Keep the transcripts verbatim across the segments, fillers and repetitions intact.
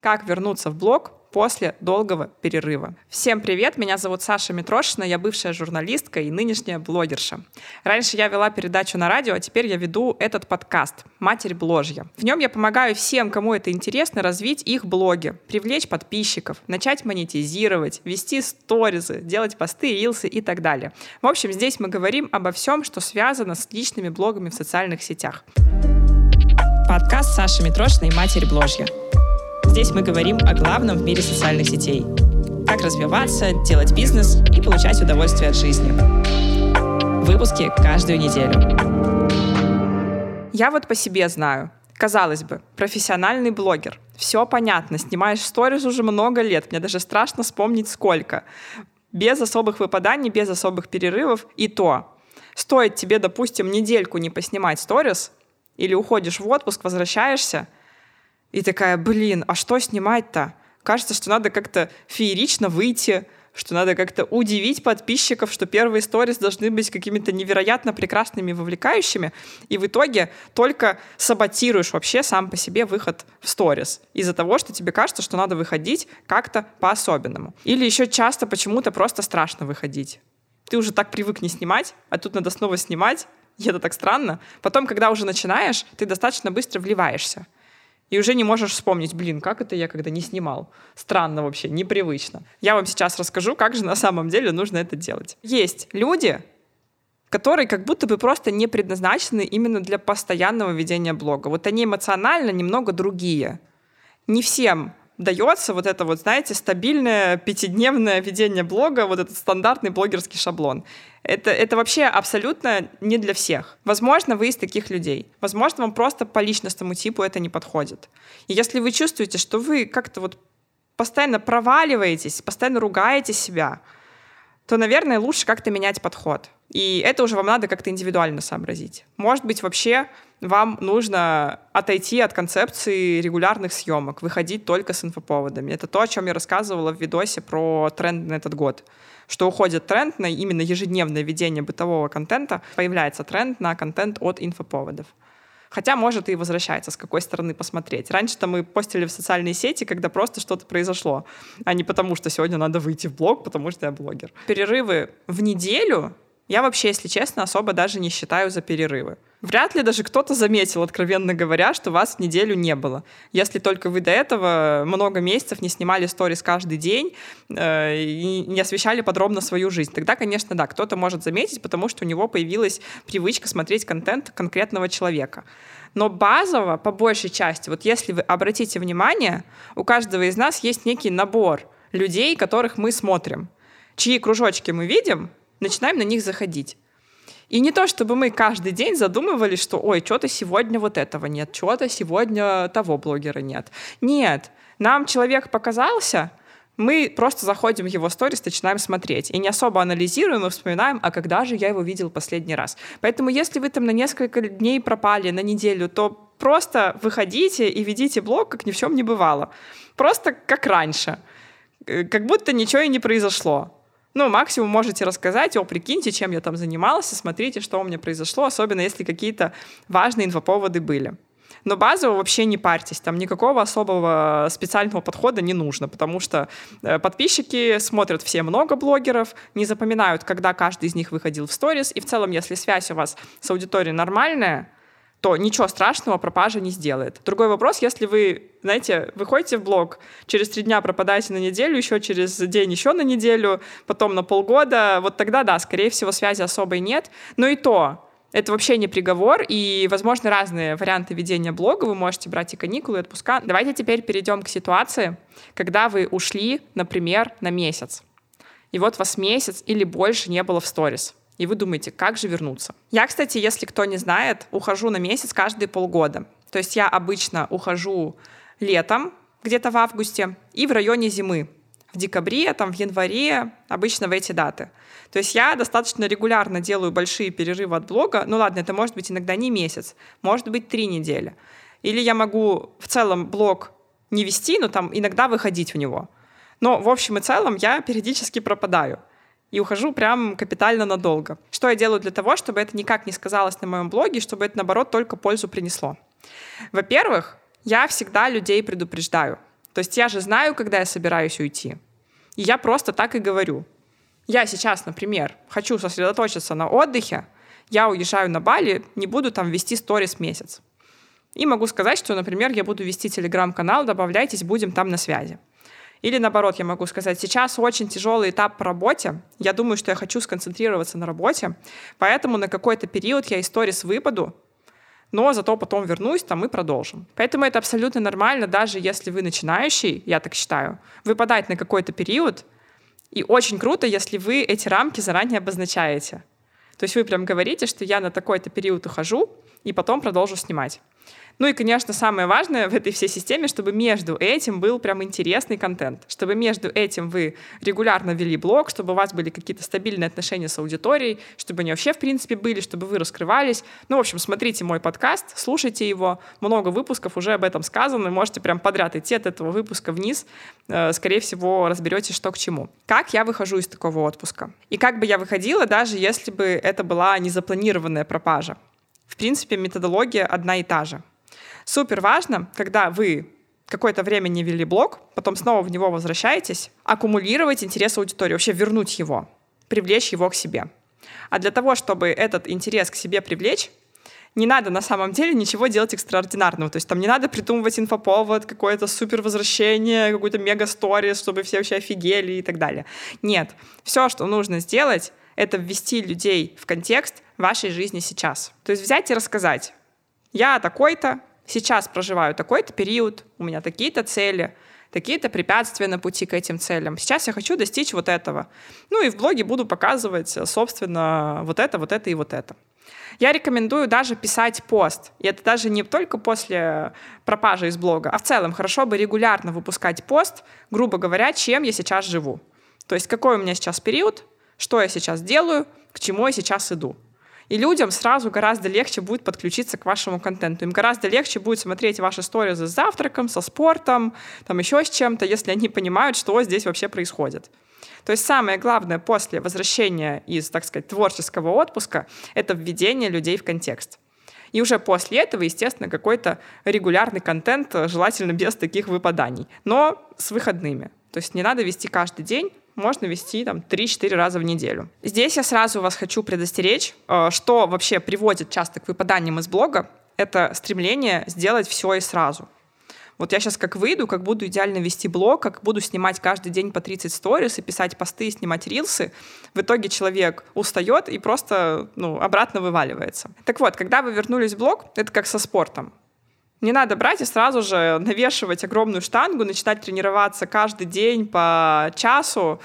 как вернуться в блог после долгого перерыва. Всем привет, меня зовут Саша Митрошина, я бывшая журналистка и нынешняя блогерша. Раньше я вела передачу на радио, а теперь я веду этот подкаст «Матерь Бложья». В нем я помогаю всем, кому это интересно, развить их блоги, привлечь подписчиков, начать монетизировать, вести сторизы, делать посты, рилсы и так далее. В общем, здесь мы говорим обо всем, что связано с личными блогами в социальных сетях. Подкаст Саши Митрошиной «Матерь Бложья». Здесь мы говорим о главном в мире социальных сетей. Как развиваться, делать бизнес и получать удовольствие от жизни. Выпуски каждую неделю. Я вот по себе знаю. Казалось бы, профессиональный блогер. Все понятно, снимаешь сторис уже много лет. Мне даже страшно вспомнить сколько. Без особых выпаданий, без особых перерывов. И то, стоит тебе, допустим, недельку не поснимать сторис, или уходишь в отпуск, возвращаешься, и такая, блин, а что снимать-то? Кажется, что надо как-то феерично выйти, что надо как-то удивить подписчиков, что первые сторис должны быть какими-то невероятно прекрасными, вовлекающими, и в итоге только саботируешь вообще сам по себе выход в сторис из-за того, что тебе кажется, что надо выходить как-то по-особенному. Или еще часто почему-то просто страшно выходить. Ты уже так привык не снимать, а тут надо снова снимать, и это так странно. Потом, когда уже начинаешь, ты достаточно быстро вливаешься. И уже не можешь вспомнить, блин, как это я когда не снимал. Странно вообще, непривычно. Я вам сейчас расскажу, как же на самом деле нужно это делать. Есть люди, которые как будто бы просто не предназначены именно для постоянного ведения блога. Вот они эмоционально немного другие. Не всем дается вот это вот, знаете, стабильное пятидневное ведение блога, вот этот стандартный блогерский шаблон. Это, это вообще абсолютно не для всех. Возможно, вы из таких людей. Возможно, вам просто по личностному типу это не подходит. И если вы чувствуете, что вы как-то вот постоянно проваливаетесь, постоянно ругаете себя, то, наверное, лучше как-то менять подход. И это уже вам надо как-то индивидуально сообразить. Может быть, вообще вам нужно отойти от концепции регулярных съемок, выходить только с инфоповодами. Это то, о чем я рассказывала в видосе про тренд на этот год. Что уходит тренд на именно ежедневное ведение бытового контента, появляется тренд на контент от инфоповодов. Хотя, может, и возвращается, с какой стороны посмотреть. Раньше-то мы постили в социальные сети, когда просто что-то произошло, а не потому, что сегодня надо выйти в блог, потому что я блогер. Перерывы в неделю я вообще, если честно, особо даже не считаю за перерывы. Вряд ли даже кто-то заметил, откровенно говоря, что вас в неделю не было. Если только вы до этого много месяцев не снимали сторис каждый день э, и не освещали подробно свою жизнь. Тогда, конечно, да, кто-то может заметить, потому что у него появилась привычка смотреть контент конкретного человека. Но базово, по большей части, вот если вы обратите внимание, у каждого из нас есть некий набор людей, которых мы смотрим. Чьи кружочки мы видим, начинаем на них заходить. И не то, чтобы мы каждый день задумывались, что ой, что-то сегодня вот этого нет, что-то сегодня того блогера нет. Нет, нам человек показался, мы просто заходим в его сторис, начинаем смотреть. И не особо анализируем и вспоминаем, а когда же я его видел последний раз. Поэтому если вы там на несколько дней пропали, на неделю, то просто выходите и ведите блог, как ни в чем не бывало. Просто как раньше. Как будто ничего и не произошло. Ну, максимум можете рассказать, о, прикиньте, чем я там занимался, смотрите, что у меня произошло, особенно если какие-то важные инфоповоды были. Но базово вообще не парьтесь, там никакого особого специального подхода не нужно, потому что подписчики смотрят все много блогеров, не запоминают, когда каждый из них выходил в сторис, и в целом, если связь у вас с аудиторией нормальная, то ничего страшного пропажа не сделает. Другой вопрос, если вы, знаете, выходите в блог, через три дня пропадаете на неделю, еще через день еще на неделю, потом на полгода, вот тогда, да, скорее всего, связи особой нет. Но и то, это вообще не приговор, и, возможно, разные варианты ведения блога, вы можете брать и каникулы, и отпуска. Давайте теперь перейдем к ситуации, когда вы ушли, например, на месяц. И вот вас месяц или больше не было в сторис. И вы думаете, как же вернуться? Я, кстати, если кто не знает, ухожу на месяц каждые полгода. То есть я обычно ухожу летом, где-то в августе, и в районе зимы. В декабре, там, в январе, обычно в эти даты. То есть я достаточно регулярно делаю большие перерывы от блога. Ну ладно, это может быть иногда не месяц, может быть три недели. Или я могу в целом блог не вести, но там иногда выходить в него. Но в общем и целом я периодически пропадаю. И ухожу прям капитально надолго. Что я делаю для того, чтобы это никак не сказалось на моем блоге, чтобы это, наоборот, только пользу принесло? Во-первых, я всегда людей предупреждаю. То есть я же знаю, когда я собираюсь уйти. И я просто так и говорю. Я сейчас, например, хочу сосредоточиться на отдыхе, я уезжаю на Бали, не буду там вести сторис месяц. И могу сказать, что, например, я буду вести телеграм-канал, добавляйтесь, будем там на связи. Или наоборот, я могу сказать, сейчас очень тяжелый этап по работе, я думаю, что я хочу сконцентрироваться на работе, поэтому на какой-то период я из сторис выпаду, но зато потом вернусь там и продолжим. Поэтому это абсолютно нормально, даже если вы начинающий, я так считаю, выпадать на какой-то период, и очень круто, если вы эти рамки заранее обозначаете. То есть вы прям говорите, что я на такой-то период ухожу, и потом продолжу снимать. Ну и, конечно, самое важное в этой всей системе, чтобы между этим был прям интересный контент, чтобы между этим вы регулярно вели блог, чтобы у вас были какие-то стабильные отношения с аудиторией, чтобы они вообще, в принципе, были, чтобы вы раскрывались. Ну, в общем, смотрите мой подкаст, слушайте его, много выпусков уже об этом сказано, можете прям подряд идти от этого выпуска вниз, скорее всего, разберетесь, что к чему. Как я выхожу из такого отпуска? И как бы я выходила, даже если бы это была незапланированная пропажа? В принципе, методология одна и та же. Супер важно, когда вы какое-то время не вели блог, потом снова в него возвращаетесь, аккумулировать интерес аудитории, вообще вернуть его, привлечь его к себе. А для того, чтобы этот интерес к себе привлечь, не надо на самом деле ничего делать экстраординарного. То есть там не надо придумывать инфоповод, какое-то супер возвращение, какую-то мега-сторис, чтобы все вообще офигели и так далее. Нет. Все, что нужно сделать, это ввести людей в контекст вашей жизни сейчас. То есть взять и рассказать. Я такой-то, сейчас проживаю такой-то период, у меня такие-то цели, такие-то препятствия на пути к этим целям. Сейчас я хочу достичь вот этого. Ну и в блоге буду показывать, собственно, вот это, вот это и вот это. Я рекомендую даже писать пост. И это даже не только после пропажи из блога, а в целом хорошо бы регулярно выпускать пост, грубо говоря, чем я сейчас живу. То есть какой у меня сейчас период, что я сейчас делаю, к чему я сейчас иду. И людям сразу гораздо легче будет подключиться к вашему контенту. Им гораздо легче будет смотреть ваши сторизы с завтраком, со спортом, там еще с чем-то, если они понимают, что здесь вообще происходит. То есть самое главное после возвращения из, так сказать, творческого отпуска — это введение людей в контекст. И уже после этого, естественно, какой-то регулярный контент, желательно без таких выпаданий, но с выходными. То есть не надо вести каждый день, можно вести там три-четыре раза в неделю. Здесь я сразу вас хочу предостеречь, что вообще приводит часто к выпаданиям из блога, это стремление сделать все и сразу. Вот я сейчас как выйду, как буду идеально вести блог, как буду снимать каждый день по тридцать сторис и писать посты, и снимать рилсы, в итоге человек устает и просто ну, обратно вываливается. Так вот, когда вы вернулись в блог, это как со спортом. Не надо брать и сразу же навешивать огромную штангу, начинать тренироваться каждый день по часу,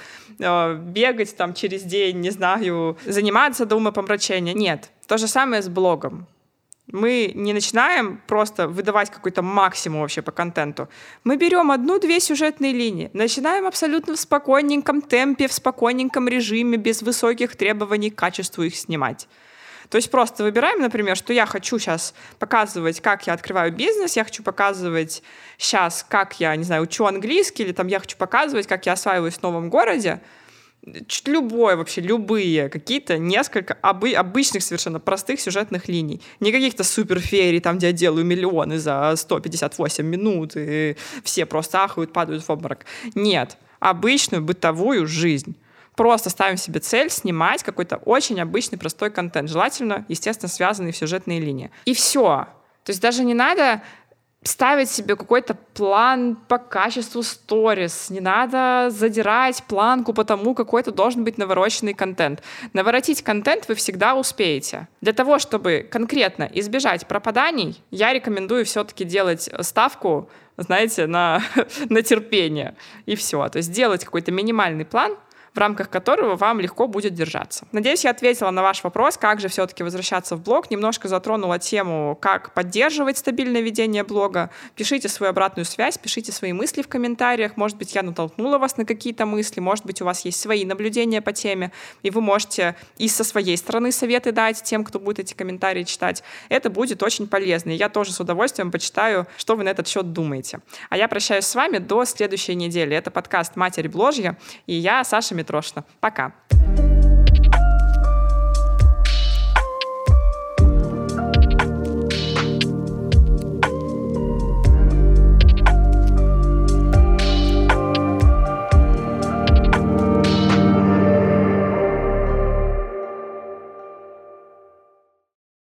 бегать там через день, не знаю, заниматься до умопомрачения. Нет. То же самое с блогом. Мы не начинаем просто выдавать какой-то максимум вообще по контенту. Мы берем одну-две сюжетные линии, начинаем абсолютно в спокойненьком темпе, в спокойненьком режиме, без высоких требований к качеству их снимать. То есть просто выбираем, например, что я хочу сейчас показывать, как я открываю бизнес, я хочу показывать сейчас, как я, не знаю, учу английский, или там я хочу показывать, как я осваиваюсь в новом городе. Любое вообще, любые, какие-то несколько обы- обычных совершенно простых сюжетных линий. Не каких-то суперферий, там, где я делаю миллионы за сто пятьдесят восемь минут, и все просто ахают, падают в обморок. Нет, обычную бытовую жизнь. Просто ставим себе цель снимать какой-то очень обычный простой контент, желательно, естественно, связанный в сюжетные линии. И все. То есть даже не надо ставить себе какой-то план по качеству сторис, не надо задирать планку по тому, какой это должен быть навороченный контент. Наворотить контент вы всегда успеете. Для того, чтобы конкретно избежать пропаданий, я рекомендую все-таки делать ставку, знаете, на, на терпение. И все. То есть делать какой-то минимальный план, в рамках которого вам легко будет держаться. Надеюсь, я ответила на ваш вопрос, как же все-таки возвращаться в блог. Немножко затронула тему, как поддерживать стабильное ведение блога. Пишите свою обратную связь, пишите свои мысли в комментариях. Может быть, я натолкнула вас на какие-то мысли, может быть, у вас есть свои наблюдения по теме, и вы можете и со своей стороны советы дать тем, кто будет эти комментарии читать. Это будет очень полезно, и я тоже с удовольствием почитаю, что вы на этот счет думаете. А я прощаюсь с вами до следующей недели. Это подкаст «Матерь Бложья», и я, Саша Митрошина. Пока.